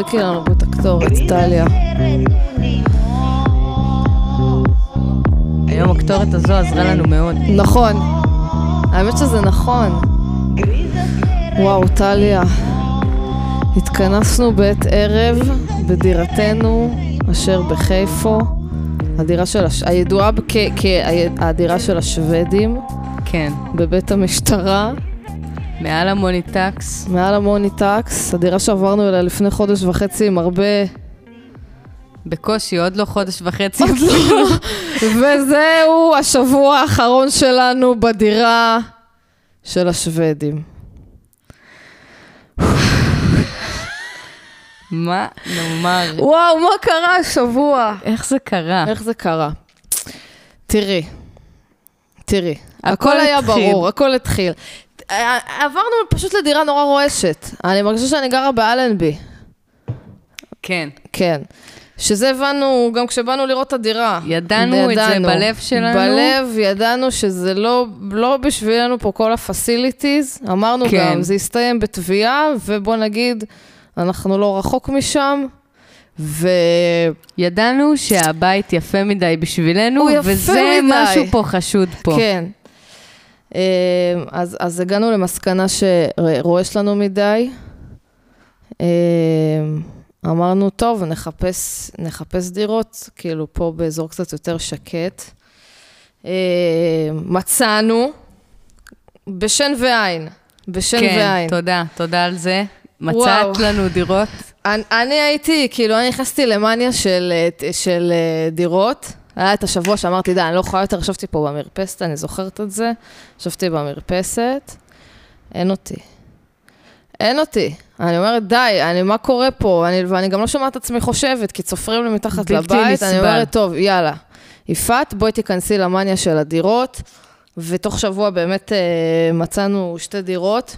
תפסיקי לנו פה את הקטורת, טליה. היום הקטורת הזו עזרה לנו מאוד. נכון. האמת שזה נכון. וואו, טליה. התכנסנו בעת ערב בדירתנו אשר בחיפה. הדירה של הידועה כהדירה של השוודים. כן. בבית המשטרה. מעל המוניטקס. מעל המוניטקס. הדירה שעברנו אליה לפני חודש וחצי עם הרבה... בקושי, עוד לא חודש וחצי. וזהו השבוע האחרון שלנו בדירה של השוודים. מה נאמר? וואו, מה קרה השבוע? איך זה קרה? איך זה קרה? תראי. הכל היה ברור, הכל התחיל. עברנו פשוט לדירה נורא רועשת. אני מרגישה שאני גרה באלנבי. כן. כן. שזה הבנו גם כשבאנו לראות את הדירה. ידענו את זה בלב שלנו. בלב ידענו שזה לא בשבילנו פה כל הפסיליטיז. אמרנו כן. גם, זה יסתיים בתביעה, ובוא נגיד, אנחנו לא רחוק משם. ידענו שהבית יפה מדי בשבילנו, וזה משהו פה חשוד פה. כן. אז הגענו למסקנה שרועש לנו מדי. אמרנו, טוב, נחפש דירות, כאילו פה באזור קצת יותר שקט. מצאנו, בשן ועין. כן, תודה על זה. מצאת לנו דירות. אני הייתי, כאילו, אני נכנסתי למניה של דירות. היה את השבוע שאמרתי, אני לא יכולה יותר, ישבתי פה במרפסת, אני זוכרת את זה. ישבתי במרפסת. אין אותי. אני אומרת, די, מה קורה פה? ואני גם לא שומעת את עצמי חושבת, כי צופרים לי מתחת לבית. אני אומרת, טוב, יאללה. יפת, בואי תיכנסי למניה של הדירות. ותוך שבוע באמת מצאנו 2 דירות.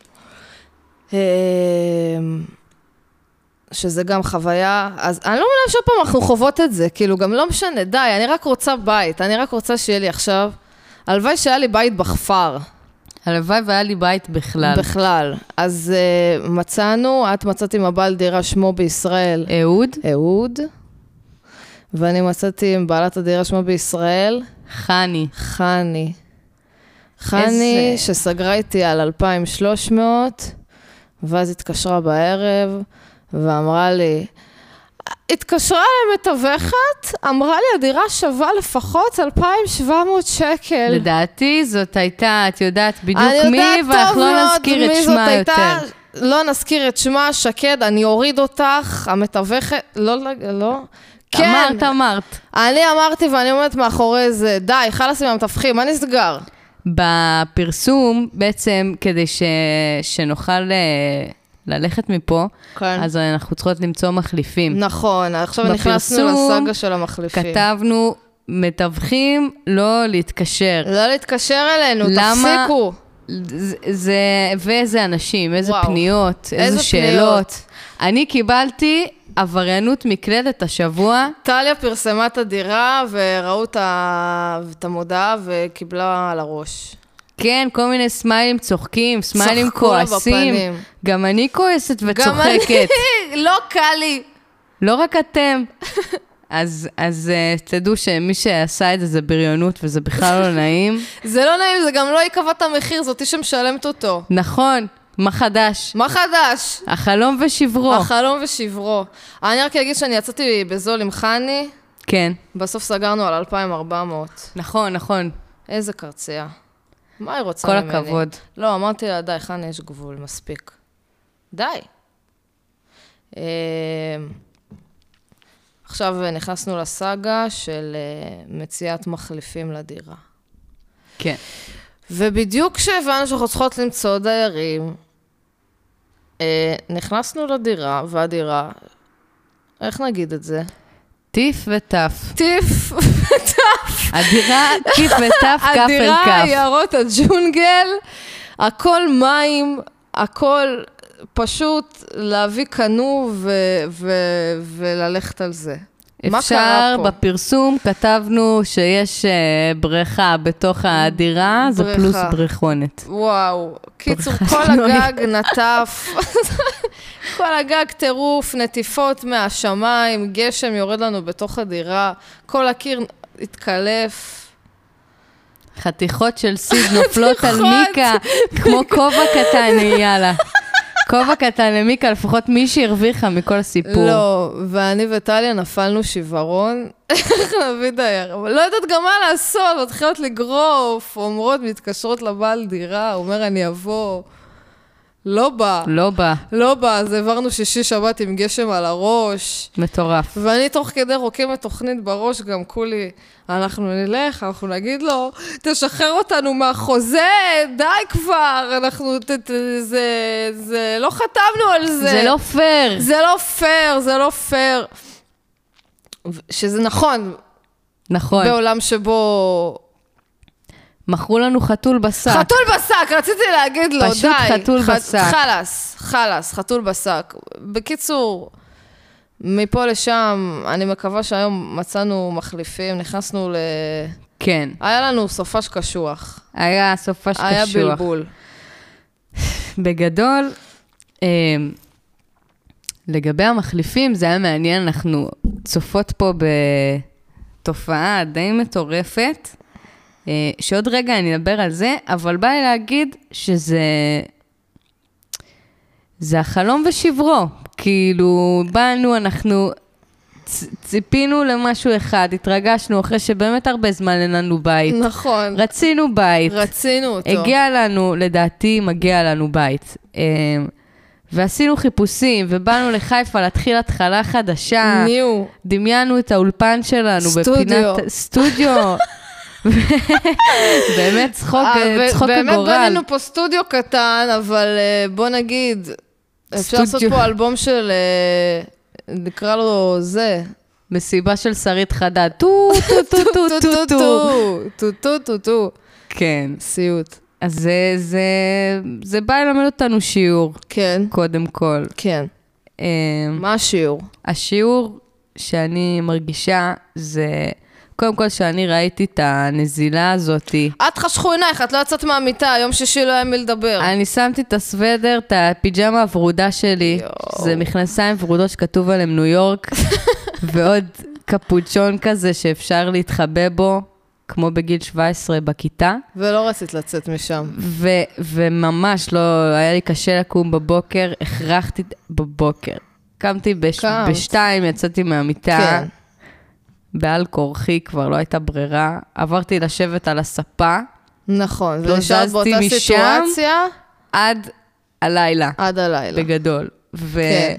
שזה גם חוויה, אז אני לא מבינה שוב פעם אנחנו חוות את זה, כאילו גם לא משנה, די, אני רק רוצה בית, אני רק רוצה שיהיה לי עכשיו, הלוואי שהיה לי בית בכפר. הלוואי והיה לי בית בכלל. בכלל. אז מצאנו, את מצאתי עם הבעל דירה שמו בישראל. אהוד. ואני מצאתי עם בעלת הדירה שמו בישראל. חני, שסגרה איתי על 2,300, ואז התקשרה בערב, ואמרה לי, התקשרה למתווכת, אמרה לי, הדירה שווה לפחות 2,700 שקל. לדעתי זאת הייתה, את יודעת בדיוק מי, ואנחנו לא נזכיר את שמה יותר. לא נזכיר את שמה, שקד, אני אוריד אותך, המתווכת, לא. כן. אמרת. אני אמרתי ואני אומרת מאחורי זה, די, חלס עם המתווכים, מה נסגר? בפרסום, בעצם, כדי שנוכל ללכת מפה, כן. אז אנחנו צריכות למצוא מחליפים. נכון, עכשיו נכנסנו לסגה של המחליפים. כתבנו, מתווכים לא להתקשר. לא להתקשר אלינו, תפסיקו. ואיזה אנשים, איזה פניות, איזה שאלות. אני קיבלתי עבריינות מקלדת השבוע. טליה פרסמה את הדירה וראו את המודעה וקיבלה על הראש. כן, כל מיני סמיילים צוחקים, סמיילים כועסים. גם אני כועסת וצוחקת. גם אני, לא קל לי. לא רק אתם. אז תדעו שמי שעשה את זה בריונות, וזה בכלל לא נעים. זה לא נעים, זה גם לא יקבע את המחיר, זאתי שמשלמת אותו. נכון. מה חדש? החלום ושברו. אני רק אגיד שאני יצאתי בזול עם חני. כן. בסוף סגרנו על 2,400. נכון. איזה קרצייה. מה היא רוצה ממני? כל הכבוד. לא, אמרתי לה, די, חני, יש גבול, מספיק. די. עכשיו נכנסנו לסאגה של מציאת מחליפים לדירה. כן. ובדיוק כשהבנו שאנחנו צריכות למצוא דיירים, נכנסנו לדירה, והדירה, איך נגיד את זה? טיף וטף. הדירה טיף וטף, כף אל כף. הדירה יערות הג'ונגל, הכל מים, הכל פשוט להביא קנו וללכת על זה. אפשר, בפרסום כתבנו שיש בריכה בתוך הדירה, זה פלוס בריכונת. וואו, קיצור, כל הגג נטף. כל הגג טירוף, נטיפות מהשמיים, גשם יורד לנו בתוך הדירה, כל הקיר התקלף. חתיכות של סיד נופלות על מיקה, כמו כובע קטן, יאללה. כובע קטן למיקה, לפחות מי שהרוויחה מכל הסיפור. לא, ואני וטליה נפלנו שיוורון, איך נביא דייר, אבל לא יודעת גם מה לעשות, מתחילות לגרוף, אומרות, מתקשרות לבעל דירה, הוא אומר, אני אבוא. לא בא. לא בא, אז העברנו שישי שבת עם גשם על הראש. מטורף. ואני תוך כדי רוקמת תוכנית בראש, גם כולי, אנחנו נלך, אנחנו נגיד לו, תשחרר אותנו מהחוזה, די כבר, אנחנו, זה לא חתמנו על זה. זה לא פייר. זה לא פייר. שזה נכון. נכון. בעולם שבו... מכרו לנו חתול בשק. חתול בשק, רציתי להגיד לו, די. פשוט חתול בשק. חלס, חתול בשק. בקיצור, מפה לשם, אני מקווה שהיום מצאנו מחליפים, נכנסנו כן. היה לנו סופש קשוח. היה סופש קשוח. היה בלבול. בגדול, לגבי המחליפים, זה היה מעניין, אנחנו צופות פה בתופעה די מטורפת, שעוד רגע אני אדבר על זה, אבל בא לי להגיד שזה החלום ושברו. כאילו, באנו, אנחנו ציפינו למשהו אחד, התרגשנו אחרי שבאמת הרבה זמן אין לנו בית. נכון. רצינו בית. רצינו אותו. הגיע לנו, לדעתי, מגיע לנו בית. ועשינו חיפושים, ובאנו לחיפה להתחיל התחלה חדשה. ניו. דמיינו את האולפן שלנו. סטודיו. סטודיו. באמת צחוק הגורל. באמת בנינו פה סטודיו קטן, אבל בוא נגיד, אפשר לעשות פה אלבום של, נקרא לו זה. מסיבה של שרית חדד. טו, טו, טו, טו, טו, טו. טו, טו, טו, טו. כן. סיוט. אז זה בא ללמד אותנו שיעור. כן. קודם כל. כן. מה השיעור? השיעור שאני מרגישה זה... קודם כל שאני ראיתי את הנזילה הזאת. את חשכו עינייך, את לא יצאת מהמיטה, יום שישי לא היה מי לדבר. אני שמתי את הסוודר, את הפיג'מה הוורודה שלי, שזה מכנסיים ורודות שכתוב עליהם ניו יורק, ועוד קפוצ'ון כזה שאפשר להתחבא בו, כמו בגיל 17 בכיתה. ולא רצית לצאת משם. וממש לא, היה לי קשה לקום בבוקר, הכרחתי בבוקר. קמתי בשתיים, יצאתי מהמיטה. כן. בעל כורחי כבר לא הייתה ברירה, עברתי לשבת על הספה. נכון, לא ונשארת באותה סיטואציה? עד הלילה. עד הלילה. בגדול. כן.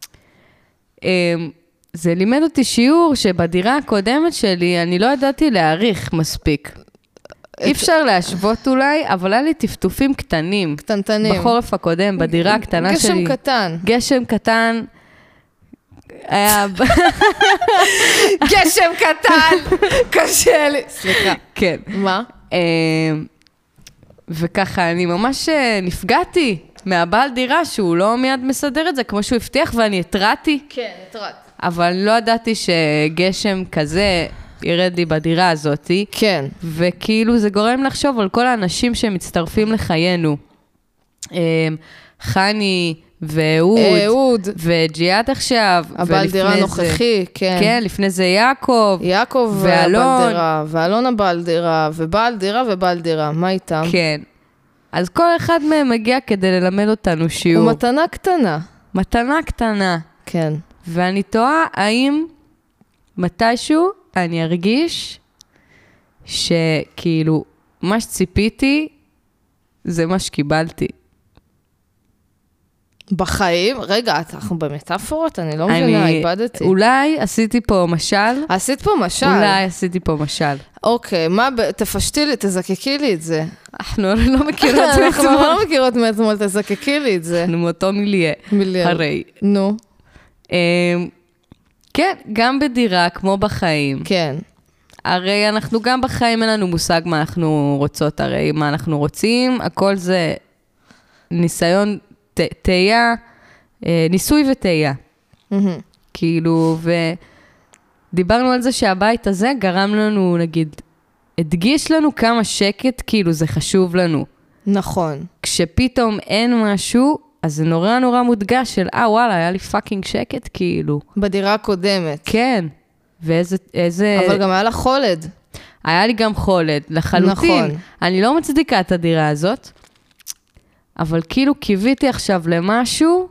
זה לימד אותי שיעור שבדירה הקודמת שלי, אני לא ידעתי להעריך מספיק. אי אפשר להשוות אולי, אבל היה לי טפטופים קטנים. קטנטנים. בחורף הקודם, בדירה הקטנה שלי. גשם קטן. גשם קטן. היה... גשם קטן, קשה לי. סליחה. כן. מה? וככה אני ממש נפגעתי מהבעל דירה שהוא לא מיד מסדר את זה כמו שהוא הבטיח, ואני התרעתי. כן, התרעת. אבל לא ידעתי שגשם כזה ירד לי בדירה הזאת. כן. וכאילו זה גורם לחשוב על כל האנשים שמצטרפים לחיינו. חני... ואהוד, וג'יאת עכשיו, הבעל דירה הנוכחי, כן. כן, לפני זה יעקב ואלון, ואלון הבעל דירה, ובעל דירה ובעל דירה, מה איתם? כן. אז כל אחד מהם מגיע כדי ללמד אותנו שיעור. ומתנה קטנה. מתנה קטנה. כן. ואני תוהה, האם מתישהו אני ארגיש שכאילו, מה שציפיתי, זה מה שקיבלתי. בחיים? רגע, אנחנו במטאפורות? אני לא מבינה, איבדתי. אולי עשיתי פה משל. עשית פה משל? אולי עשיתי פה משל. אוקיי, מה, תפשטי לי, תזקקי לי את זה. אנחנו לא מכירות מאתמול. אנחנו לא מכירות מאתמול, תזקקי לי את זה. אנחנו מאותו מיליה. הרי. נו. כן, גם בדירה, כמו בחיים. כן. הרי אנחנו גם בחיים, אין לנו מושג מה אנחנו רוצות, הרי מה אנחנו רוצים, הכל זה ניסיון תהיה, ניסוי ותהיה. כאילו, ודיברנו על זה שהבית הזה גרם לנו, נגיד, הדגיש לנו כמה שקט, כאילו זה חשוב לנו. נכון. כשפתאום אין משהו, אז זה נורא נורא מודגש של, וואלה, היה לי פאקינג שקט, כאילו. בדירה הקודמת. כן. ואיזה... אבל גם היה לה חולד. היה לי גם חולד, לחלוטין. נכון. אני לא מצדיקה את הדירה הזאת, אבל כאילו קיוויתי עכשיו למשהו,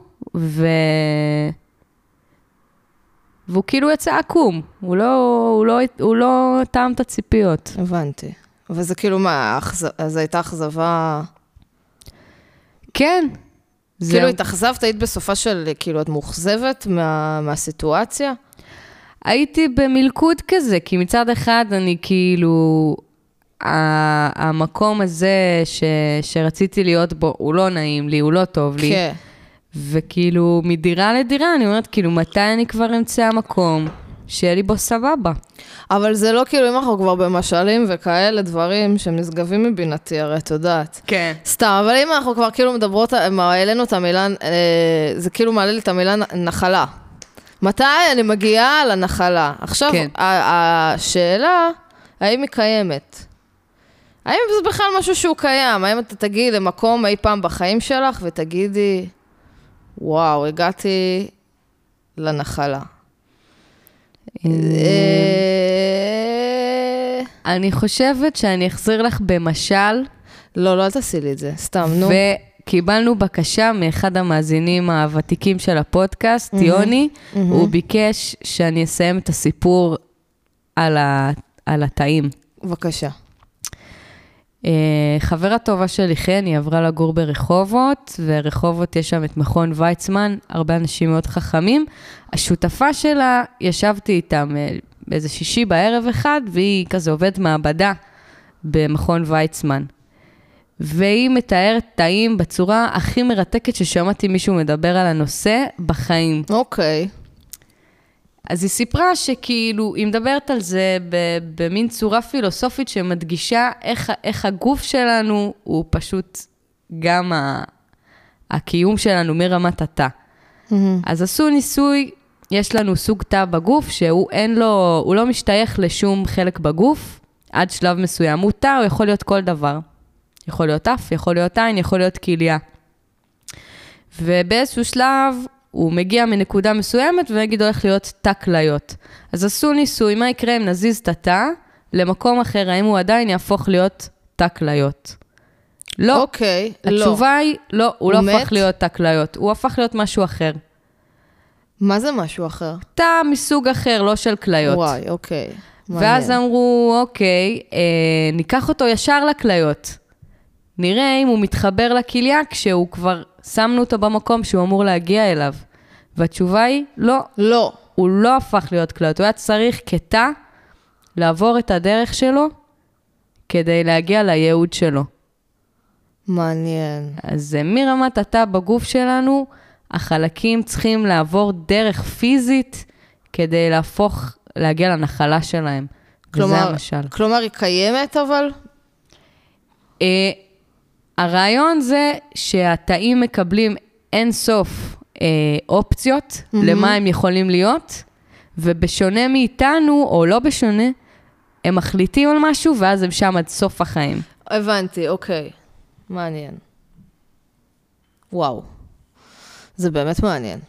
והוא כאילו יצא עקום. הוא לא טעם את הציפיות. הבנתי. וזה כאילו מה, אז הייתה אכזבה... כן. כאילו התאכזבת, היית בסופה של, כאילו את מוכזבת מהסיטואציה? הייתי במלכוד כזה, כי מצד אחד אני כאילו, המקום הזה שרציתי להיות בו, הוא לא נעים לי, הוא לא טוב לי. כן. וכאילו מדירה לדירה, אני אומרת, כאילו מתי אני כבר אמצא המקום שיהיה לי בו סבבה. אבל זה לא כאילו, אם אנחנו כבר במשלים וכאלה דברים שהם נשגבים מבינתי, הרי את יודעת. כן. סתם, אבל אם אנחנו כבר כאילו מדברות, העלינו את המילה, זה כאילו מעלה לי את המילה נחלה. מתי אני מגיעה לנחלה? עכשיו, כן. השאלה, האם היא קיימת? האם זה בכלל משהו שהוא קיים? האם אתה תגיעי למקום אי פעם בחיים שלך ותגידי, וואו, הגעתי לנחלה. אני חושבת שאני אחזיר לך במשל. לא, אל תעשי לי את זה, סתם, נו. קיבלנו בקשה מאחד המאזינים הוותיקים של הפודקאסט, יוני, הוא ביקש שאני אסיים את הסיפור על התאים. בבקשה. חברה טובה שלי חן, היא עברה לגור ברחובות, ורחובות יש שם את מכון ויצמן, הרבה אנשים מאוד חכמים. השותפה שלה, ישבתי איתם באיזה שישי בערב אחד, והיא כזה עובדת מעבדה במכון ויצמן. והיא מתארת תאים בצורה הכי מרתקת ששמעתי מישהו מדבר על הנושא בחיים. אוקיי. אז היא סיפרה שכאילו, היא מדברת על זה במין צורה פילוסופית שמדגישה איך הגוף שלנו הוא פשוט גם הקיום שלנו מרמת התא. אז עשו ניסוי, יש לנו סוג תא בגוף שהוא הוא לא משתייך לשום חלק בגוף, עד שלב מסוים. הוא תא, הוא יכול להיות כל דבר. יכול להיות אף, יכול להיות עין, יכול להיות כליה. ובאיזשהו שלב הוא מגיע מנקודה מסוימת ונגיד הולך להיות תא כליות. אז עשו ניסוי, מה יקרה אם נזיז את התא למקום אחר, האם הוא עדיין יהפוך להיות תא כליות? לא. אוקיי, התשובה היא, לא, הוא לא הפך להיות תא כליות, הוא הפך להיות משהו אחר. מה זה משהו אחר? תא מסוג אחר, לא של כליות. וואי, אוקיי. ואז אמרו, אוקיי, ניקח אותו ישר לכליות. נראה אם הוא מתחבר לכליה כשהוא כבר שמנו אותו במקום שהוא אמור להגיע אליו. והתשובה היא, לא. לא. הוא לא הפך להיות כליות. הוא היה צריך כתא לעבור את הדרך שלו כדי להגיע לייעוד שלו. מעניין. אז מרמת התא בגוף שלנו, החלקים צריכים לעבור דרך פיזית כדי להגיע לנחלה שלהם. וזה המשל. כלומר, היא קיימת אבל? הרעיון זה שהתאים מקבלים אין סוף אופציות למה הם יכולים להיות, ובשונה מאיתנו, או לא בשונה, הם מחליטים על משהו, ואז הם שם עד סוף החיים. הבנתי, אוקיי. מעניין. וואו. זה באמת מעניין.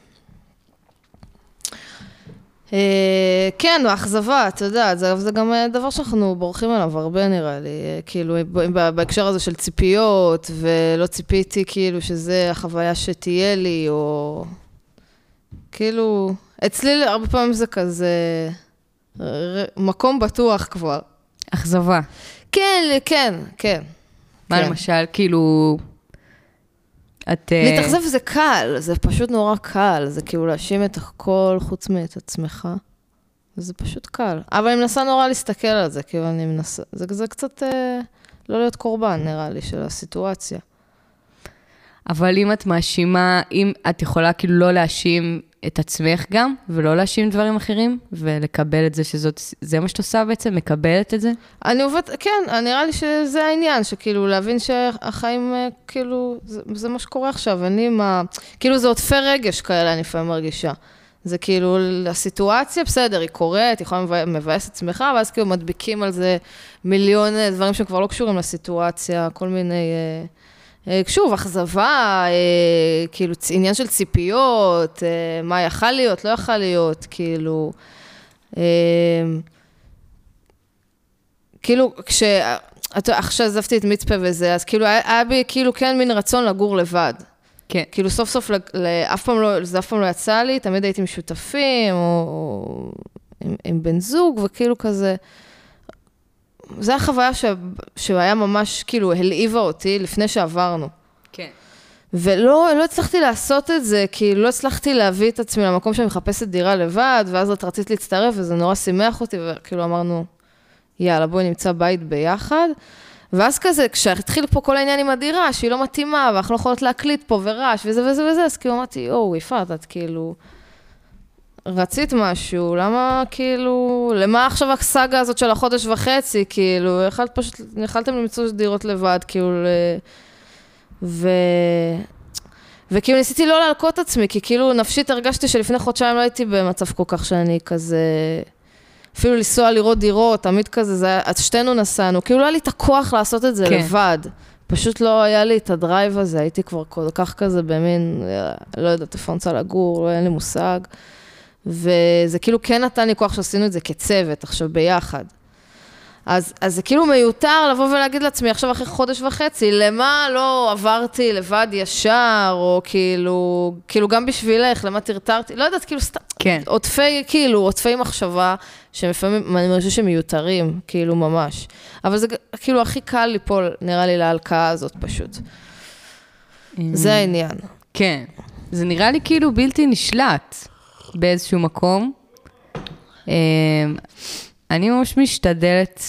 כן, האכזבה, אתה יודע, זה גם דבר שאנחנו בורחים עליו הרבה נראה לי, כאילו בהקשר הזה של ציפיות, ולא ציפיתי כאילו שזה החוויה שתהיה לי, או כאילו, אצלי הרבה פעמים זה כזה מקום בטוח כבר. אכזבה. כן, כן, כן. מה למשל, כאילו... להתאכזב זה קל, זה פשוט נורא קל, זה כאילו להאשים את הכל חוץ מאת עצמך, וזה פשוט קל. אבל אני מנסה נורא להסתכל על זה, כאילו אני מנסה, זה קצת לא להיות קורבן נראה לי של הסיטואציה. אבל אם את מאשימה, אם את יכולה כאילו לא להאשים את עצמך גם, ולא להאשים דברים אחרים, ולקבל את זה שזה מה שאת עושה בעצם, מקבלת את זה? אני עובדת, כן, נראה לי שזה העניין, שכאילו להבין שהחיים, כאילו, זה מה שקורה עכשיו, כאילו זה עודפי רגש כאלה, אני לפעמים מרגישה. זה כאילו, הסיטואציה, בסדר, היא קורית, היא יכולה מבאס את עצמך, ואז כאילו מדביקים על זה מיליון דברים שכבר לא קשורים לסיטואציה, כל מיני שוב, אכזבה, כאילו, עניין של ציפיות, מה יכל להיות, לא יכל להיות, כאילו, כאילו, עכשיו עזבתי את מצפה וזה, אז כאילו, היה בי כאילו כן מין רצון לגור לבד. כן. כאילו, סוף סוף, זה אף פעם לא יצא לי, תמיד הייתי עם שותפים, או עם בן זוג, וכאילו כזה, זו החוויה שהיה ממש, כאילו, הלהיבה אותי לפני שעברנו. כן. ולא הצלחתי לעשות את זה, כי לא הצלחתי להביא את עצמי למקום שאני מחפשת דירה לבד, ואז את רצית להצטרף, וזה נורא שימח אותי, וכאילו אמרנו, יאללה, בואי נמצא בית ביחד. ואז כזה, כשהתחיל פה כל העניין עם הדירה, שהיא לא מתאימה, ואנחנו לא יכולות להקליט פה ורעש, וזה וזה וזה, אז כאילו אמרתי, יפעת, את כאילו, רצית משהו, כאילו, למה עכשיו הסאגה הזאת של החודש וחצי, כאילו, יכלתם למצוא דירות לבד, כאילו, וכאילו ניסיתי לא להלקות עצמי, כי כאילו נפשית הרגשתי שלפני חודשיים לא הייתי במצב כל כך שאני כזה, אפילו לנסוע לראות דירות, תמיד כזה, אז שתינו נסענו, כאילו לא היה לי את הכוח לעשות את זה לבד, פשוט לא היה לי את הדרייב הזה, הייתי כבר כל כך כזה במין, לא יודעת איפה אני רוצה לגור, אין לי מושג, וזה כאילו כן נתן לי כוח שעשינו את זה כצוות, עכשיו ביחד. אז זה כאילו מיותר לבוא ולהגיד לעצמי, עכשיו אחרי חודש וחצי, למה לא עברתי לבד ישר, או כאילו גם בשבילך, למה תרתרתי, לא יודעת, כאילו סתם, כן. עוטפי מחשבה, שלפעמים אני מרגישה שמיותרים, כאילו ממש. אבל זה כאילו הכי קל ליפול, נראה לי, להלקאה הזאת פשוט. זה העניין. כן. זה נראה לי כאילו בלתי נשלט באיזשהו מקום. אני ממש משתדלת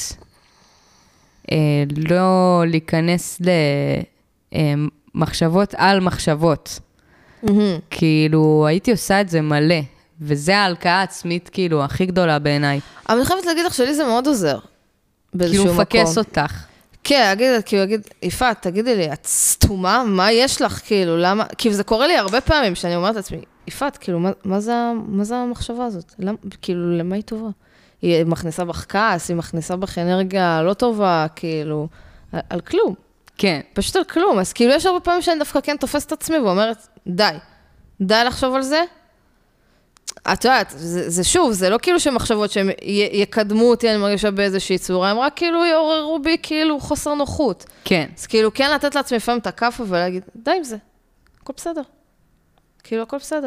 לא להיכנס למחשבות על מחשבות. כאילו, הייתי עושה את זה מלא, וזה ההלקאה העצמית, כאילו, הכי גדולה בעיניי. אבל אני חייבת להגיד לך שלי זה מאוד עוזר, באיזשהו מקום. כאילו, פקס אותך. כן, אגיד, יפעת, תגידי לי, את סתומה? מה יש לך, כאילו, למה? כאילו, זה קורה לי הרבה פעמים שאני אומרת לעצמי, יפעת, כאילו, מה זה המחשבה הזאת? כאילו, למה היא טובה? היא מכניסה בך כעס, היא מכניסה בך אנרגיה לא טובה, כאילו, על כלום. כן. פשוט על כלום. אז כאילו, יש הרבה פעמים שאני דווקא כן תופסת את עצמי ואומרת, די לחשוב על זה. את יודעת, זה שוב, זה לא כאילו שמחשבות שהם יקדמו אותי, אני מרגישה באיזושהי צורה, הם רק כאילו יעוררו בי כאילו חוסר נוחות. כן. אז כאילו, כן לתת לעצמי לפעמים את הכאפה ולהגיד, די עם זה, הכל בסדר. כאילו, הכל בסדר.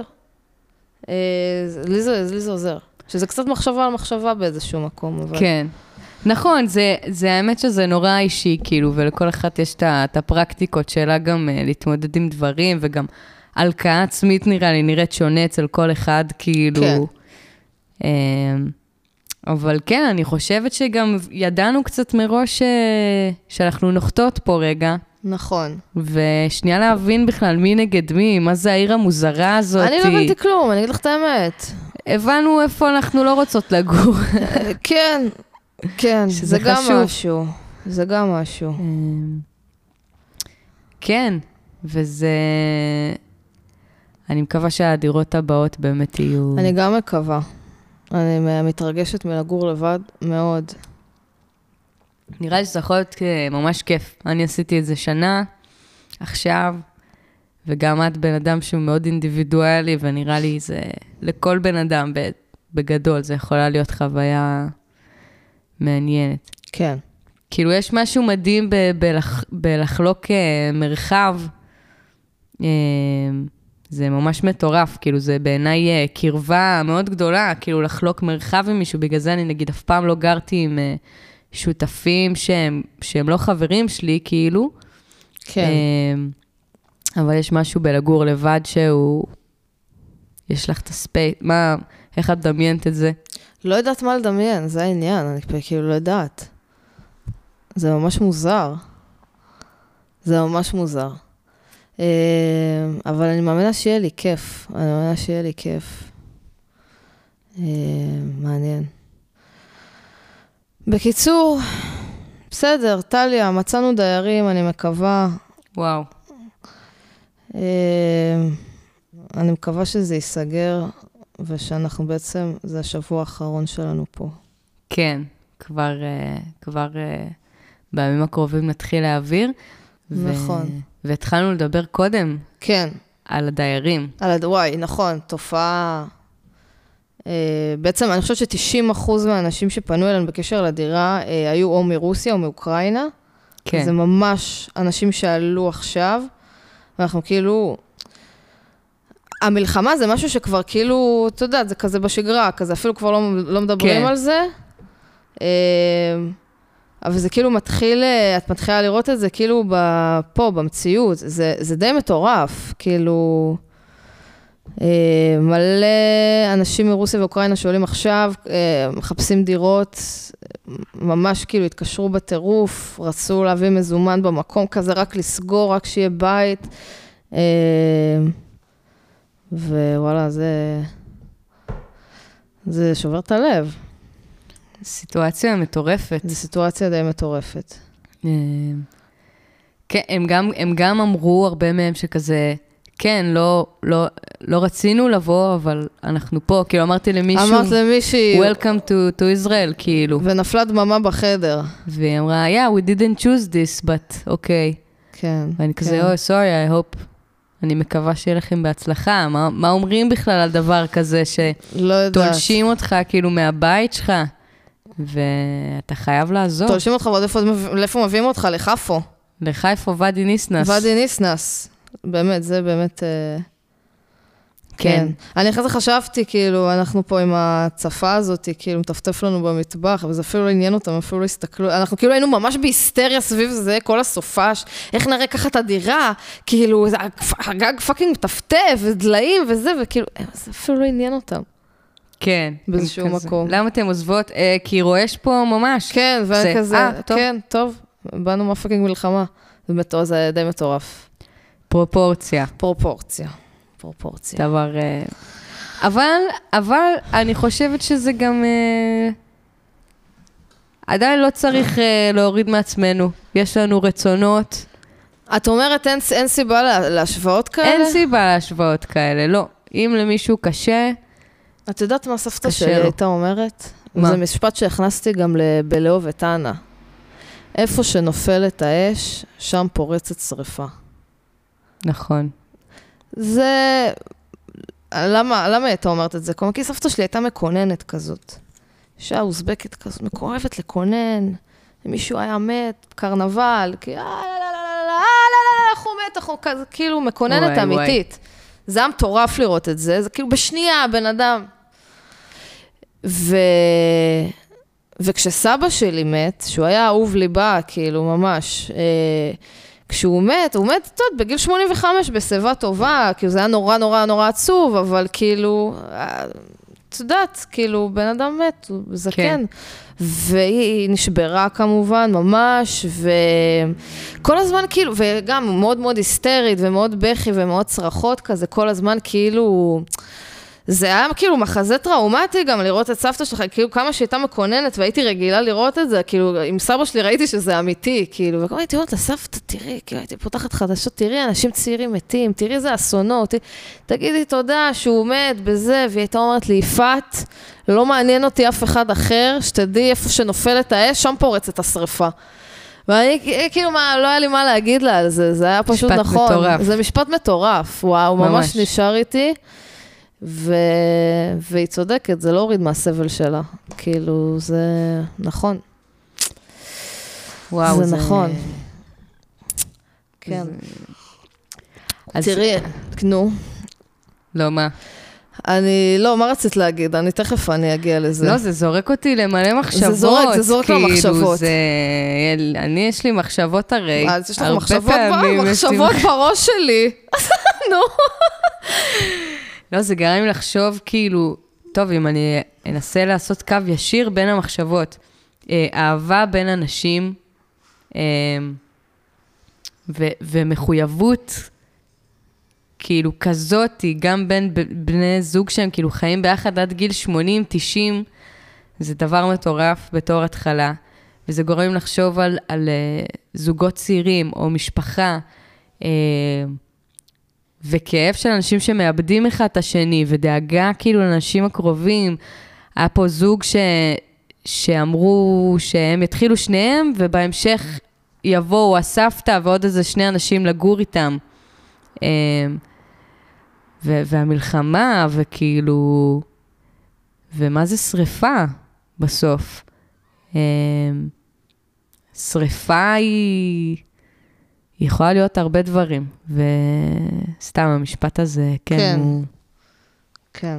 לי זה עוזר. שזה קצת מחשבה על מחשבה באיזשהו מקום. אבל... כן. נכון, זה האמת שזה נורא אישי, כאילו, ולכל אחת יש את הפרקטיקות שלה גם להתמודד עם דברים, וגם הלקאה עצמית נראית שונה אצל כל אחד, כאילו. כן. אבל כן, אני חושבת שגם ידענו קצת מראש שאנחנו נוחתות פה רגע. נכון. ושנייה להבין בכלל מי נגד מי, מה זה העיר המוזרה הזאת. אני לא הבנתי כלום, אני אגיד לך את האמת. הבנו איפה אנחנו לא רוצות לגור. כן, זה גם משהו. זה גם משהו. כן, וזה... אני מקווה שהדירות הבאות באמת יהיו... אני גם מקווה. אני מתרגשת מלגור לבד מאוד. נראה לי שזה יכול להיות ממש כיף. אני עשיתי את זה שנה, עכשיו, וגם את בן אדם שהוא מאוד אינדיבידואלי, ונראה לי זה לכל בן אדם בגדול, זה יכולה להיות חוויה מעניינת. כן. כאילו יש משהו מדהים בלחלוק מרחב, זה ממש מטורף, כאילו זה בעיניי קרבה מאוד גדולה, כאילו לחלוק מרחב עם מישהו, בגלל זה אני נגיד אף פעם לא גרתי עם שותפים שהם לא חברים שלי, כאילו. כן. אבל יש משהו בלגור לבד שהוא, יש לך את הספייס, איך את דמיינת את זה? לא יודעת מה לדמיין, זה העניין, אני כאילו לא יודעת. זה ממש מוזר. זה ממש מוזר. אבל אני מאמינה שיהיה לי כיף. אני מאמינה שיהיה לי כיף. מעניין. בקיצור, בסדר, טליה, מצאנו דיירים, אני מקווה. וואו. אני מקווה שזה ייסגר, ושאנחנו בעצם, זה השבוע האחרון שלנו פה. כן, כבר בימים הקרובים נתחיל להעביר. נכון. והתחלנו לדבר קודם. כן. על הדיירים. וואי, נכון, תופעה... בעצם אני חושבת ש90% מהאנשים שפנו אלינו בקשר לדירה היו או מרוסיה או מאוקראינה. כן. זה ממש אנשים שעלו עכשיו, ואנחנו כאילו... המלחמה זה משהו שכבר כאילו, אתה יודע, זה כזה בשגרה, כזה אפילו כבר לא מדברים כן. על זה. אבל זה כאילו מתחיל, את מתחילה לראות את זה כאילו פה, במציאות. זה די מטורף, כאילו... מלא אנשים מרוסיה ואוקראינה שעולים עכשיו, מחפשים דירות, ממש כאילו התקשרו בטירוף, רצו להביא מזומן במקום כזה, רק לסגור, רק שיהיה בית. ווואלה, זה שובר את הלב. סיטואציה מטורפת. זו סיטואציה די מטורפת. כן, הם גם אמרו הרבה מהם שכזה, כן, לא רצינו לבוא, אבל אנחנו פה. כאילו אמרתי למישהו, אמרת למישהי, Welcome to Israel, כאילו. ונפלה דממה בחדר. והיא אמרה, yeah, we didn't choose this, but okay. כן. ואני כזה, oh, sorry, I hope. אני מקווה שיהיה לכם בהצלחה. מה אומרים בכלל על דבר כזה שתולשים אותך כאילו מהבית שלך, ואתה חייב לעזור. תולשים אותך, ועוד איפה מביאים אותך? לחיפה. לחיפה, ואדי ניסנס. ואדי ניסנס. באמת, זה באמת... כן. אני אחרי זה חשבתי, כאילו, אנחנו פה עם הצפה הזאת, כאילו, מטפטף לנו במטבח, אבל זה אפילו לא עניין אותם, אפילו לא הסתכלו. אנחנו כאילו היינו ממש בהיסטריה סביב זה, כל הסופש, איך נראה ככה את הדירה, כאילו, הגג פאקינג מטפטף, ודליים וזה, וכאילו, זה אפילו לא עניין אותם. כן. באיזשהו מקום. למה אתם עוזבות? כי רועש פה ממש. כן, ואני כזה, כן, טוב, באנו מהפאקינג מלחמה. זה די מטורף. פרופורציה. דבר... אבל אני חושבת שזה גם... עדיין לא צריך להוריד מעצמנו. יש לנו רצונות. את אומרת אין סיבה להשוואות כאלה? אין סיבה להשוואות כאלה, לא. אם למישהו קשה... את יודעת מה סבתא שלי הייתה אומרת? מה? זה משפט שהכנסתי גם בלאו וטענה. איפה שנופלת האש, שם פורצת שריפה. נכון. זה... למה הייתה אומרת את זה? כי סבתא שלי הייתה מקוננת כזאת. אישה אוזבקית כזאת, מקורבת לקונן. מישהו היה מת, קרנבל, איך הוא מת, כאילו מקוננת אמיתית. זה היה מטורף לראות את זה, זה כאילו בשנייה, בן אדם. וכשסבא שלי מת, שהוא היה אהוב ליבה, כאילו ממש, כשהוא מת, בגיל 85 בשיבה טובה, כאילו זה היה נורא נורא נורא עצוב, אבל כאילו, את יודעת, כאילו בן אדם מת, הוא זקן. והיא נשברה כמובן, ממש, וכל הזמן כאילו, וגם מאוד מאוד היסטרית, ומאוד בכי, ומאוד צרחות כזה, כל הזמן כאילו, זה היה כאילו מחזה טראומטי גם לראות את סבתא שלך, כאילו כמה שהייתה מקוננת, והייתי רגילה לראות את זה, כאילו עם סבא שלי ראיתי שזה אמיתי, כאילו, וכל הייתי אומרת לסבתא, תראי, כאילו הייתי פותחת חדשות, תראי, אנשים צעירים מתים, תראי איזה אסונות, תגידי תודה שהוא מת בזה, והיא הייתה אומרת לי, יפעת, לא מעניין אותי אף אחד אחר, שתדעי איפה שנופלת האש, שם פורצת השריפה. ואני, כאילו, לא היה לי מה להגיד לה על זה, זה היה פשוט נכון. מטורף. זה משפט מטורף, וואו, ממש נשאר איתי. והיא צודקת, זה לא הוריד מהסבל שלה. כאילו, זה נכון. וואו, זה נכון. כן. תראי, נו. לא, מה? לא, מה רצית להגיד? תכף אני אגיע לזה. לא, זה זורק אותי למלא מחשבות. זה זורק למחשבות. יש לי מחשבות הרי. אז יש לך מחשבות בראש שלי. נו. לא, זה גרם לי לחשוב כאילו, טוב, אם אני אנסה לעשות קו ישיר בין המחשבות, אהבה בין אנשים, ומחויבות, כאילו כזאת, גם בין בני זוג שהם כאילו חיים ביחד עד גיל 80, 90, זה דבר מטורף בתור התחלה, וזה גורם לחשוב על זוגות צעירים או משפחה, וכאב של אנשים שמאבדים אחד את השני, ודאגה כאילו לאנשים הקרובים. היה פה זוג שאמרו שהם יתחילו שניהם, ובהמשך יבואו הסבתא ועוד איזה 2 אנשים לגור איתם. והמלחמה, וכאילו... ומה זה שריפה בסוף? שריפה היא יכולה להיות הרבה דברים, וסתם המשפט הזה, כן. כן.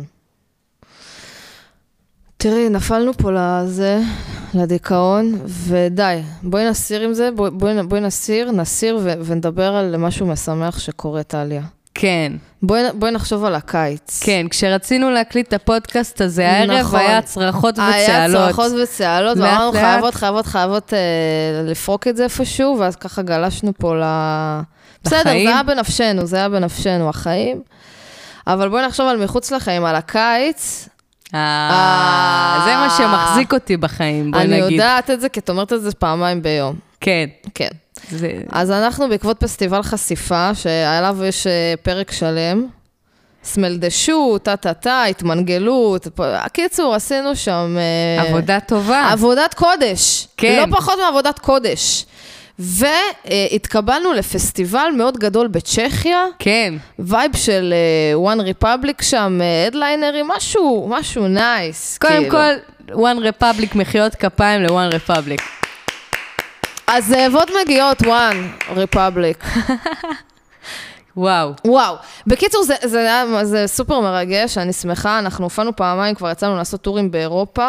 תראי, נפלנו פה לדיכאון, ודי, בואי נסיר עם זה, בואי נסיר ונדבר על משהו משמח שקורה, טליה. כן. בואי נחשוב על הקיץ. כן, כשרצינו להקליט את הפודקאסט הזה, הערב נכון. היה צרחות וצהלות. היה צרחות וצהלות, ואמרנו חייבות לפרוק את זה איפשהו, ואז ככה גלשנו פה בסדר, זה היה בנפשנו, החיים. אבל בואי נחשוב על מחוץ לחיים, על הקיץ. זה מה שמחזיק אותי בחיים, בואי נגיד. אני יודעת את זה, כי את אומרת את זה פעמיים ביום. כן. כן. אז אנחנו בעקבות פסטיבל חשיפה, שעליו יש פרק שלם, סמלדשו, התמנגלות, הקיצור, עשינו שם... עבודה טובה. עבודת קודש. כן. לא פחות מעבודת קודש. והתקבלנו לפסטיבל מאוד גדול בצ'כיה. כן. וייב של One Republic שם, הדליינרים, משהו נייס. קודם כל, One Republic, מחיאות כפיים ל-One Republic. אז זאבות מגיעות, One Republic. וואו. בקיצור, זה סופר מרגש, אני שמחה, אנחנו הופענו פעמיים, כבר יצאנו לעשות טורים באירופה.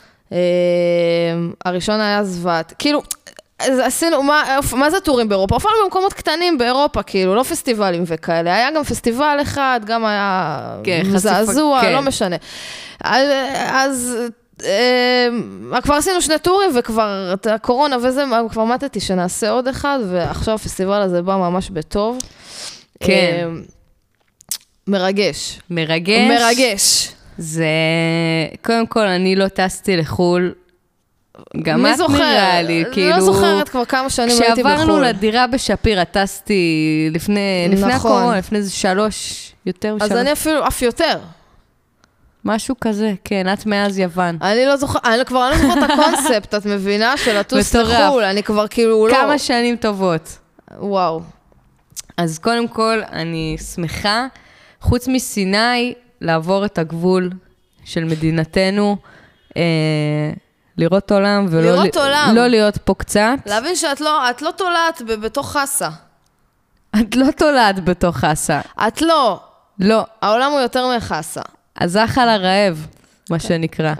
הראשון היה זוות. כאילו, עשינו, מה זה טורים באירופה? הופענו במקומות קטנים באירופה, כאילו, לא פסטיבלים וכאלה. היה גם פסטיבל אחד, גם היה מזעזוע, לא משנה. אז... כבר עשינו 2 טורים וכבר הקורונה וזה, כבר מתתי שנעשה עוד אחד, ועכשיו הפסטיבל הזה בא ממש בטוב. כן. מרגש. זה, קודם כל, אני לא טסתי לחול, גם את נראה לי, כאילו... לא זוכרת כבר כמה שנים הייתי בחול. כשעברנו לדירה בשפירה, טסתי לפני הקורונה, לפני איזה 3, יותר מ3. אז אני אפילו, אף יותר. משהו כזה, כן, את מאז יוון. אני לא זוכרת, אני כבר לא זוכרת את הקונספט, את מבינה, של לטוס לחול, אני כבר כאילו לא... כמה שנים טובות. וואו. אז קודם כל, אני שמחה, חוץ מסיני, לעבור את הגבול של מדינתנו, לראות עולם ולא להיות פה קצת. להבין שאת לא תולעת בתוך חסה. את לא תולעת בתוך חסה. את לא. לא. העולם הוא יותר מחסה. אז אכל הרעב, מה שנקרא.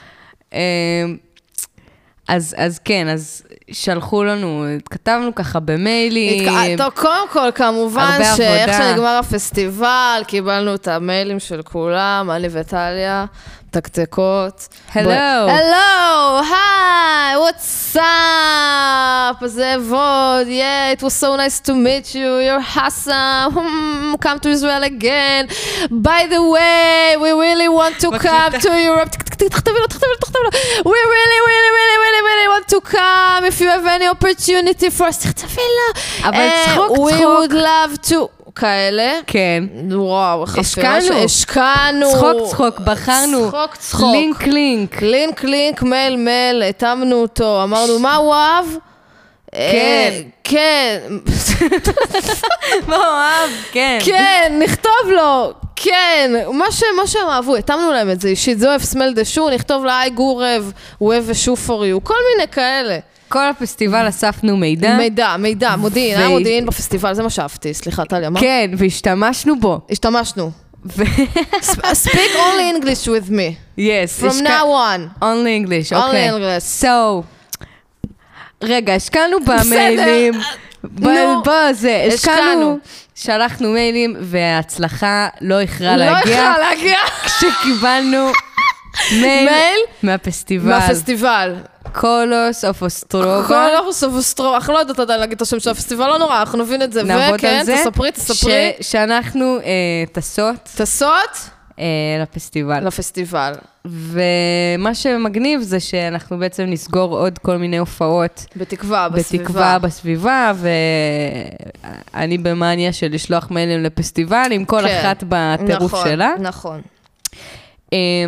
אז כן, אז שלחו לנו, כתבנו ככה במיילים. טוב, קודם כל, כמובן שאיך שנגמר הפסטיבל, קיבלנו את המיילים של כולם, אני וטליה, תקתקות. Hello, hi, what's up? זה ווד, it was so nice to meet you, you're awesome, come to Israel again. By the way, we really want to come to Europe. תכתבי לו. We really want to come, if you have any opportunity for us, תכתבי לו. אבל צחוק. We would love to... כאלה. כן. וואו, השקענו. צחוק, בחרנו. צחוק. לינק, מייל, התאמנו אותו, אמרנו, מה הוא אהב? כן. מה הוא אהב? כן. כן, נכתוב לו. כן, מה שהם אהבו, התאמנו להם את זה אישית, זו סמל דשו, נכתוב לה, גורב, whoever shoe for you, כל מיני כאלה. כל הפסטיבל אספנו מידע. מידע, מודיעין, היה מודיעין בפסטיבל, זה מה שאהבתי, סליחה, טליה, מה? כן, והשתמשנו בו. Speak only English with me. Yes. From now on. Only English, okay. Only English. So, רגע, השקענו במיילים. השקענו. שלחנו מיילים, וההצלחה לא איחרה להגיע. כשקיבלנו מייל מהפסטיבל. קולוס אוף אוסטרובה. אנחנו לא יודעת עדיין להגיד את השם של הפסטיבל, לא נורא, אנחנו נבין את זה. וכן, תספרי. שאנחנו טסות לפסטיבל. ומה שמגניב זה שאנחנו בעצם נסגור עוד כל מיני הופעות. בתקווה, בסביבה, ואני במאניה של לשלוח מיילים לפסטיבל, עם כל אחת בטירוף שלה. נכון.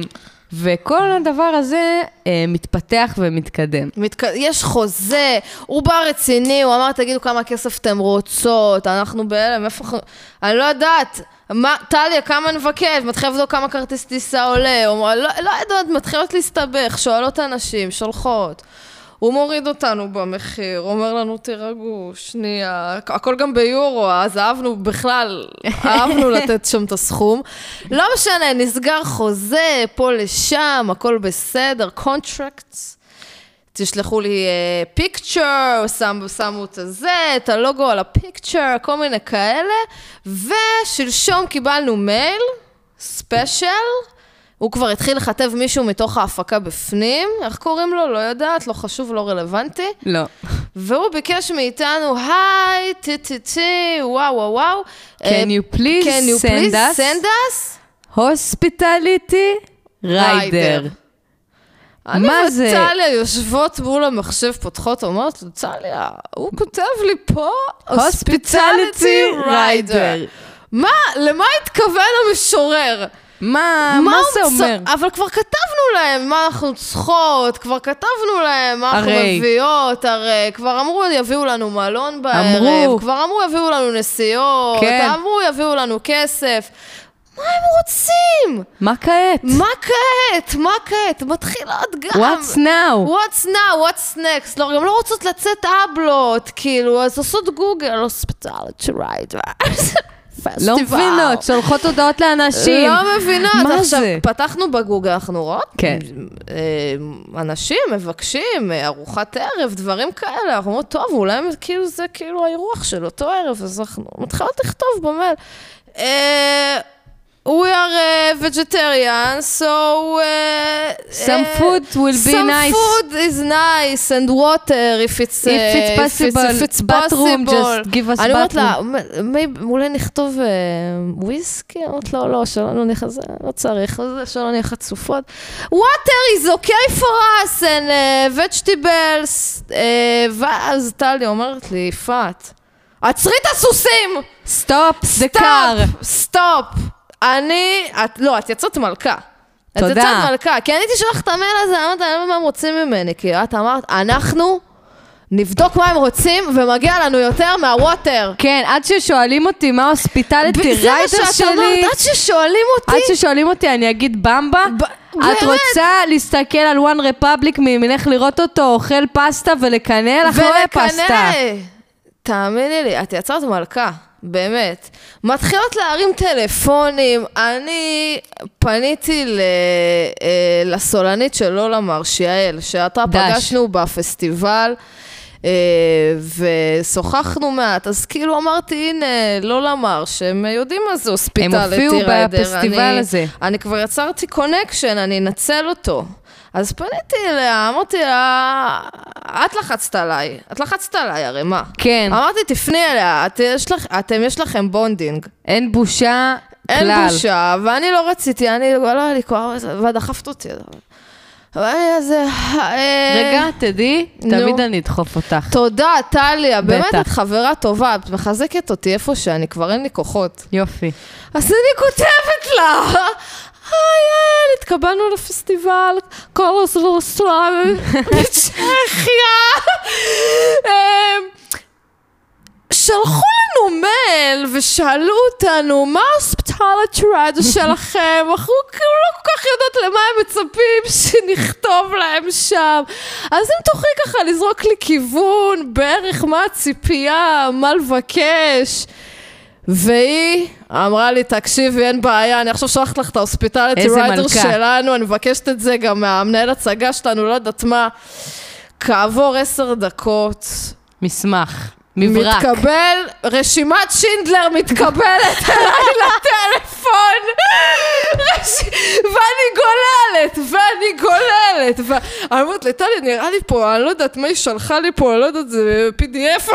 וכל הדבר הזה מתפתח ומתקדם. יש חוזה, הוא בא רציני, הוא אמר, תגידו כמה כסף אתם רוצות, אנחנו בהלם, איפה... אני לא יודעת, טליה, כמה נבקש, מתחיל לבדוק כמה כרטיס טיסה עולה, לא יודעת, מתחילות להסתבך, שואלות אנשים, שולחות. הוא מוריד אותנו במחיר, אומר לנו, תירגעו, שנייה, הכל גם ביורו, אז אהבנו לתת שם את הסכום. לא משנה, נסגר חוזה, פה לשם, הכל בסדר, contracts. תשלחו לי פיקצ'ר, שמו את זה, את הלוגו על הפיקצ'ר, כל מיני כאלה, ושלשום קיבלנו מייל, ספיישל, הוא כבר התחיל לכתב מישהו מתוך ההפקה בפנים, איך קוראים לו? לא יודעת, לא חשוב, לא רלוונטי. לא. והוא ביקש מאיתנו, היי, וואו. Can you please send us hospitality rider. אני וטליה יושבות מול המחשב פותחות, אומרת לו, טליה, הוא כותב לי פה, hospitality rider. מה? למה התכוון המשורר? מה זה אומר? אבל כבר כתבנו להם מה אנחנו צריכות, כבר כתבנו להם מה אנחנו מביאות, הרי כבר אמרו יביאו לנו מלון בערב, כבר אמרו יביאו לנו נסיעות, אמרו יביאו לנו כסף. מה הם רוצים? מה כעת? מתחילות גם. What's now? What's next? לא, גם לא רוצות לצאת אבלות, כאילו, אז עושות גוגל, hospitality rider. לא מבינות, שולחות הודעות לאנשים. לא מבינות. עכשיו, פתחנו בגוגל, אנחנו רואות? כן. אנשים מבקשים ארוחת ערב, דברים כאלה. אנחנו אומרים, טוב, אולי זה כאילו האירוח של אותו ערב, אז אנחנו מתחילות לכתוב במייל. We are vegetarian, so some food will be nice. Some food is nice and water if it's possible. Bathroom, just give us bathroom. אני אומרת לה, אולי נכתוב וויסקי? אמרת לה, לא, שלא נכנס, לא צריך, שלא נהיה חצופות. Water is okay for us and vegetables. ואז טליה אומרת לי, יפעת, עצרי את הסוסים! Stop the car. Stop. את יצאת מלכה. תודה. את יצאת מלכה, כי אני תשלח את המייל הזה, אמרת, אני לא יודע מה הם רוצים ממני, כי את אמרת, אנחנו נבדוק מה הם רוצים, ומגיע לנו יותר מהווטר. כן, עד ששואלים אותי מה הוספיטליטי ריידר שלי. עד ששואלים אותי, אני אגיד במבה. את רוצה להסתכל על One Republic, מלך לראות אותו, אוכל פסטה ולקנא, לך לא יהיה פסטה. תאמיני לי, את יצאת מלכה. באמת. מתחילות להרים טלפונים, אני פניתי לסולנית של לולה מרשיאל, שאתה פגשנו בפסטיבל, ושוחחנו מעט, אז כאילו אמרתי, הנה, לולה מר, שהם יודעים מה זה הוספיטליטי ריידר. הם הופיעו בפסטיבל הזה. אני כבר יצרתי קונקשן, אני אנצל אותו. אז פניתי אליה, אמרתי לה, את לחצת עליי, הרי מה? כן. אמרתי, תפני אליה, יש לכם בונדינג. אין בושה כלל. אין בושה, ואני לא רציתי, לא היה לי כוח, ודחפת אותי. רגע, תדעי, תמיד אני אדחוף אותך. תודה, טליה, באמת את חברה טובה, את מחזקת אותי איפה שאני, כבר אין לי כוחות. יופי. אז אני כותבת לה, היי, התקבלנו לפסטיבל, קולוס לוסטרל, בצ'כיה. שלחו לנו מייל ושאלו אותנו, מה ההוספיטליטי ריידר שלכם? אנחנו לא כל כך יודעות למה הם מצפים שנכתוב להם שם. אז אם תוכלי ככה לזרוק לי כיוון, בערך מה הציפייה, מה לבקש. והיא אמרה לי, תקשיבי, אין בעיה, אני עכשיו שולחת לך את ההוספיטליטי ריידר שלנו, אני מבקשת את זה גם מהמנהל הצגה שלנו, לא יודעת מה. כעבור 10 דקות. מסמך. מברק. מתקבל, רשימת שינדלר מתקבלת אליי לטלפון, ואני גוללת, ואני אומרת לטליה, נראה לי פה, אני לא יודעת מה היא שלחה לי פה, אני לא יודעת, זה PDF.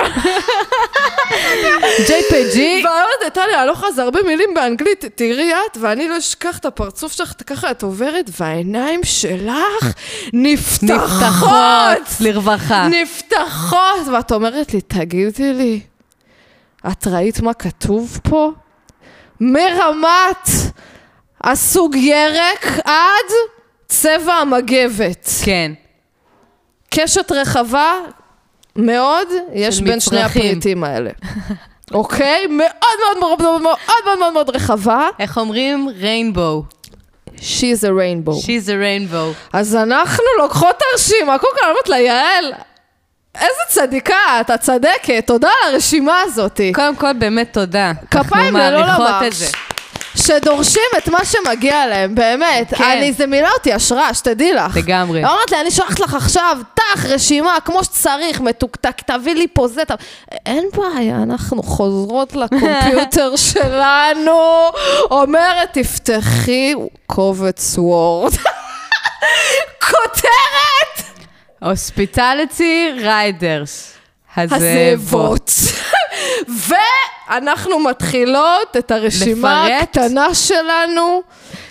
JPG. ואני אומרת לטליה, אני לא יכולה, זה הרבה מילים באנגלית, תראי את, ואני לא אשכח את הפרצוף שלך, ככה את עוברת, והעיניים שלך נפתחות. לרווחה. נפתחות, ואת אומרת לי, תגידי לי, את ראית מה כתוב פה? מרמת הסוג ירק עד צבע המגבת. כן. קשת רחבה מאוד, יש בין שני הפריטים האלה. אוקיי? מאוד מאוד מאוד מאוד מאוד מאוד מאוד רחבה. איך אומרים? ריינבו. She's a rainbow. She's a rainbow. אז אנחנו לוקחות את הרשימה, קודם כל אמרת לה, יעל, איזה צדיקה, אתה צדקת, תודה על הרשימה הזאת. קודם כל באמת תודה. כפיים ללא לומר. את זה. שדורשים את מה שמגיע להם, באמת. כן. זה מילה אותי השראה, שתדעי לך. לגמרי. אמרת לי, אני שולחת לך עכשיו, רשימה, כמו שצריך, מתוקתק, תביא לי פה זה, אין בעיה, אנחנו חוזרות לקומפיוטר שלנו, אומרת, תפתחי קובץ וורד. כותרת! הוספיטליטי ריידרס. הזאבות. ואנחנו מתחילות את הרשימה הקטנה שלנו.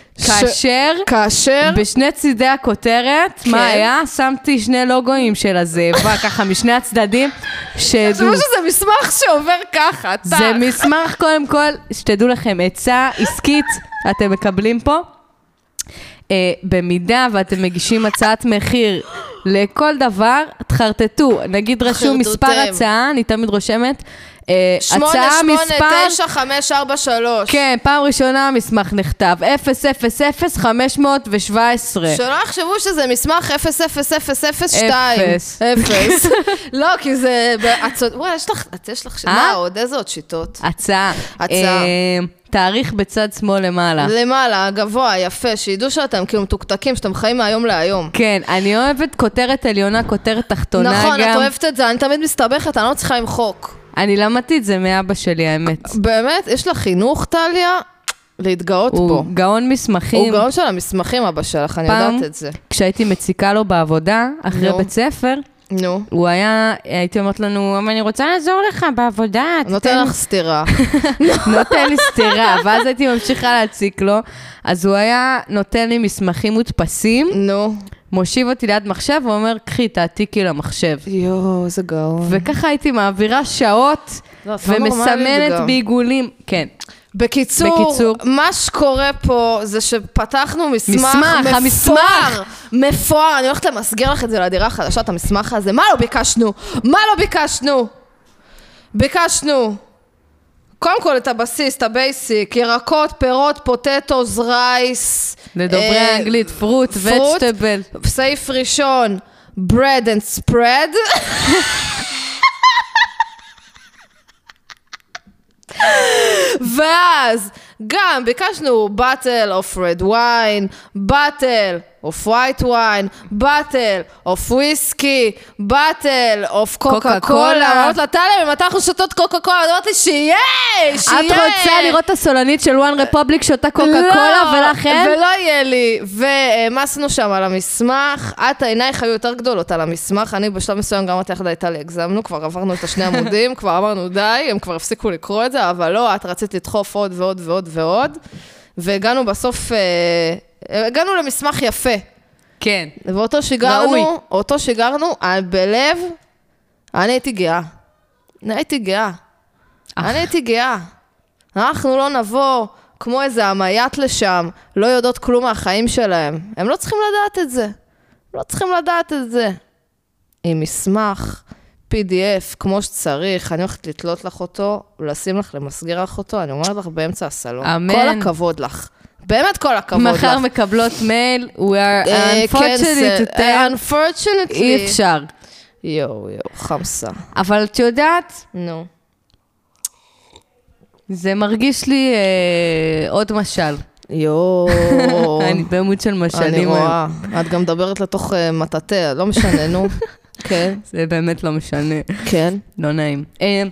כאשר בשני צידי הכותרת, מה היה? שמתי שני לוגויים של הזאבה, ככה משני הצדדים. חשבו שזה מסמך שעובר ככה. זה מסמך קודם כל, שתדעו לכם, עצה עסקית אתם מקבלים פה. במידה ואתם מגישים הצעת מחיר לכל דבר, תחרטטו, נגיד רשום מספר הצעה, אני תמיד רושמת, 88953. כן, פעם ראשונה מסמך נכתב, 0000517. שלא יחשבו שזה מסמך 00002. 0. לא, כי זה... וואי, יש לך... מה עוד? איזה עוד שיטות? הצעה. תאריך בצד שמאל למעלה. למעלה, גבוה, יפה, שידעו שאתם כאילו מתוקתקים, שאתם חיים מהיום להיום. כן, אני אוהבת כותרת עליונה, כותרת תחתונה גם. נכון, את אוהבת את זה, אני תמיד מסתבכת, אני לא צריכה למחוק. אני למדתי את זה מאבא שלי, האמת. באמת? יש לה חינוך, טליה, להתגאות בו. הוא גאון מסמכים. הוא גאון של המסמכים, אבא שלך, אני יודעת את זה. כשהייתי מציקה לו בעבודה, אחרי בית ספר, הוא היה, הייתי אומרת לנו, אני רוצה לעזור לך בעבודה. נותן לך סתירה. נותן לי סתירה, ואז הייתי ממשיכה להציק לו. אז הוא היה נותן לי מסמכים מודפסים. מושיב אותי ליד מחשב, ואומר, קחי, תעתיקי למחשב. יואו, איזה גאון. וככה הייתי מעבירה שעות, ומסמנת בעיגולים. כן. בקיצור, מה שקורה פה זה שפתחנו מסמך מפואר. אני הולכת למסגר לך את זה לדירה החדשה, את המסמך הזה. מה לא ביקשנו? ביקשנו. קודם כל את הבסיס, את הבייסיק, ירקות, פירות, פוטטוס, רייס. לדוברי אנגלית, פרוט, וג'טבל. סעיף ראשון, bread and spread. ואז גם ביקשנו bottle of red wine, bottle of white wine, bottle of whiskey, bottle of קוקה קולה. אמרת לה, טליה, אם אנחנו שותות קוקה קולה, אמרת לי שיהיה. את רוצה לראות את הסולנית של One Republic שותה קוקה קולה, ולכן? ולא יהיה לי. ומסנו שם על המסמך, העינייך היו יותר גדולות על המסמך, אני בשלב מסוים גם אמרתי לך, די טליה, הגזמנו, כבר עברנו את השני עמודים, כבר אמרנו די, הם כבר הפסיקו לקרוא את זה, אבל לא, את רצית לדחוף עוד ועוד ועוד ועוד, והגענו בסוף, הגענו למסמך יפה. כן. ואותו שיגרנו, בלב, אני הייתי גאה. אנחנו לא נבוא כמו איזה עמיית לשם, לא יודעות כלום מהחיים שלהם. הם לא צריכים לדעת את זה. עם מסמך, PDF, כמו שצריך, אני הולכת לתלות לך אותו, ולשים לך למסגר לך אותו, אני אומרת לך באמצע הסלון. אמן. כל הכבוד לך. באמת כל הכבוד לך. מחר מקבלות מייל, we are unfortunately to tell. אי אפשר. יואו, חמסה. אבל את יודעת? נו. זה מרגיש לי עוד משל. יואו. אני בעמוד של משלים. אני רואה. את גם מדברת לתוך מטאטא, לא משנה, נו. כן. זה באמת לא משנה. כן. לא נעים.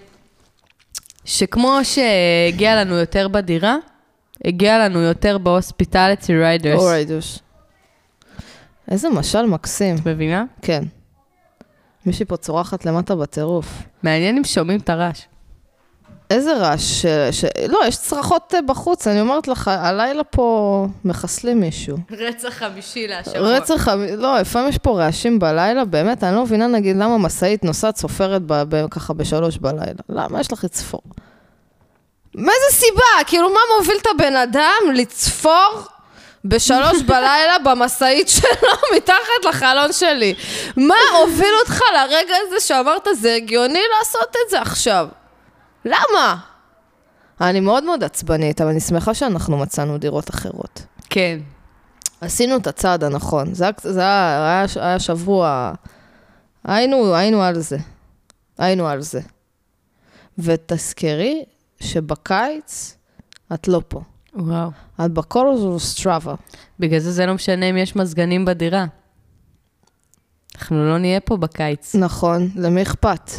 שכמו שהגיע לנו יותר בדירה, הגיע לנו יותר בהוספיטליטי ריידרס. איזה משל מקסים. את מבינה? כן. מישהי פה צורחת למטה בטירוף. מעניין אם שומעים את הרעש. איזה רעש? לא, יש צרחות בחוץ, אני אומרת לך, הלילה פה מחסלים מישהו. רצח חמישי להשבוע. לא, לפעמים יש פה רעשים בלילה, באמת, אני לא מבינה, נגיד, למה מסעית נוסעת סופרת ככה ב3 בלילה. למה יש לך לצפור? מאיזה סיבה? כאילו, מה מוביל את הבן אדם לצפור ב3 בלילה במסעית שלו מתחת לחלון שלי. מה הוביל אותך לרגע הזה שאמרת, זה הגיוני לעשות את זה עכשיו? למה? אני מאוד מאוד עצבנית, אבל אני שמחה שאנחנו מצאנו דירות אחרות. כן. עשינו את הצעד הנכון. זה היה שבוע... היינו על זה. היינו על זה. ותזכרי שבקיץ את לא פה. וואו. את בקולוסטרבה. בגלל זה לא משנה אם יש מזגנים בדירה. אנחנו לא נהיה פה בקיץ. נכון, למי אכפת?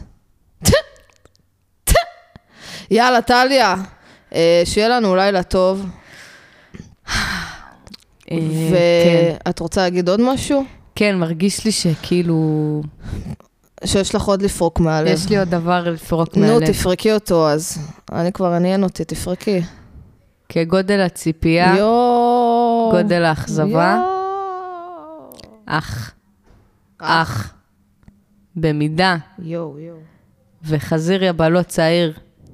יאללה, טליה, שיהיה לנו לילה טוב. ואת רוצה להגיד עוד משהו? כן, מרגיש לי שכאילו... שיש לך עוד לפרוק מהלב. יש לי עוד דבר לפרוק מהלב. נו, תפרקי אותו אז. אני כבר עניין אותי, תפרקי. כגודל הציפייה, גודל האכזבה, אך, במידה, וחזיר יבלו צעיר,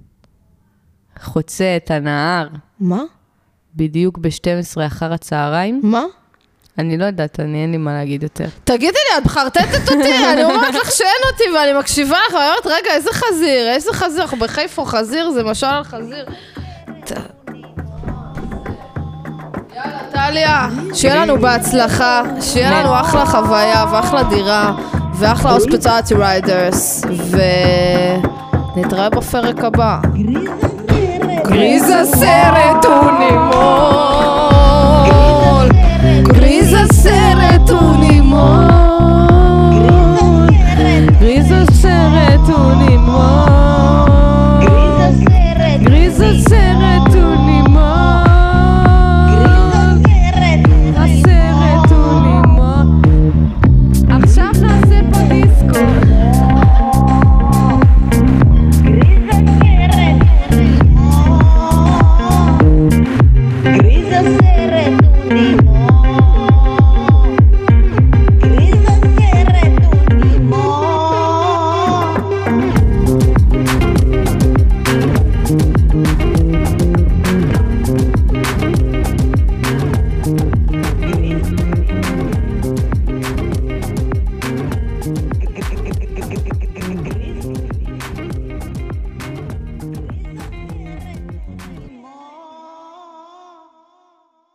חוצה את הנהר. מה? בדיוק ב-12 אחר הצהריים. מה? אני לא יודעת, אין לי מה להגיד יותר. תגידי לי, את בחרטטת אותי, אני אומרת לך שאין אותי, ואני מקשיבה לך, ואני אומרת, רגע, איזה חזיר, איזה חזיר, אנחנו בחיפה חזיר, זה משל על חזיר. יאללה, טליה, שיהיה לנו בהצלחה, שיהיה לנו אחלה חוויה, ואחלה דירה, ואחלה הוספיטליטי ריידרס, ונתראה בפרק הבא. גריזה סרט אונימול, גריזה סרט אונימול.